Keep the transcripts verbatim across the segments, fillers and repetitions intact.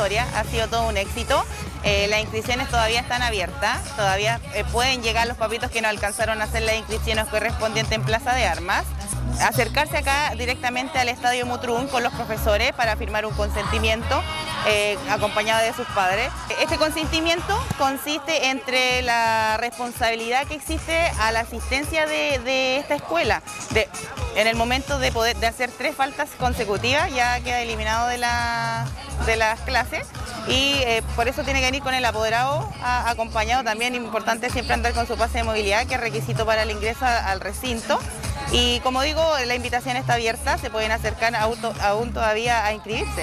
convocatoria, ha sido todo un éxito. Eh, las inscripciones todavía están abiertas, todavía eh, pueden llegar los papitos que no alcanzaron a hacer las inscripciones correspondientes en Plaza de Armas, acercarse acá directamente al Estadio Mutrún con los profesores para firmar un consentimiento eh, acompañado de sus padres. Este consentimiento consiste entre la responsabilidad que existe a la asistencia de, de esta escuela. De, en el momento de, poder, de hacer tres faltas consecutivas ya queda eliminado de, la, de las clases y eh, por eso tiene que venir con el apoderado a, acompañado. También importante siempre andar con su pase de movilidad, que es requisito para el ingreso al recinto. Y como digo, la invitación está abierta, se pueden acercar aún, aún todavía a inscribirse.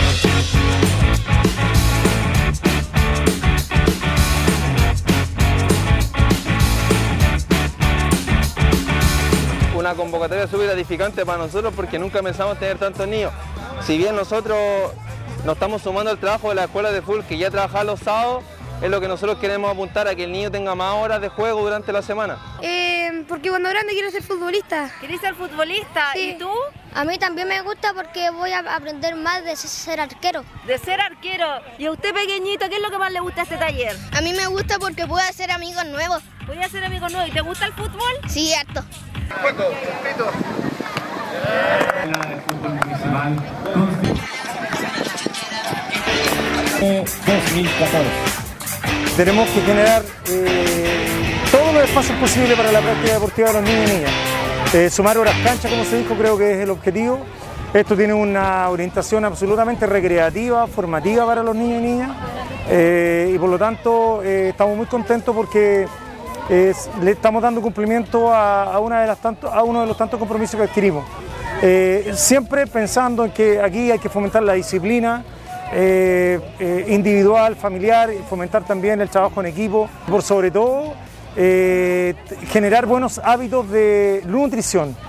Una convocatoria súper gratificante para nosotros porque nunca pensamos tener tantos niños. Si bien nosotros nos estamos sumando al trabajo de la escuela de fútbol que ya trabaja los sábados, es lo que nosotros queremos apuntar a que el niño tenga más horas de juego durante la semana. Eh, porque cuando grande quiero ser futbolista. ¿Querés ser futbolista? Sí. ¿Y tú? A mí también me gusta porque voy a aprender más de ser arquero. De ser arquero. ¿Y a usted pequeñito, qué es lo que más le gusta a este taller? A mí me gusta porque puedo hacer amigos nuevos. Voy a hacer amigos nuevos. ¿Y te gusta el fútbol? Sí, harto. dos mil catorce. Tenemos que generar eh, todos los espacios posibles para la práctica deportiva de los niños y niñas. Eh, sumar horas cancha, como se dijo, creo que es el objetivo. Esto tiene una orientación absolutamente recreativa, formativa para los niños y niñas. Eh, y por lo tanto eh, estamos muy contentos porque eh, le estamos dando cumplimiento a, a, una de las tanto, a uno de los tantos compromisos que adquirimos. Eh, siempre pensando en que aquí hay que fomentar la disciplina, Eh, eh, individual, familiar, fomentar también el trabajo en equipo, por sobre todo eh, generar buenos hábitos de nutrición.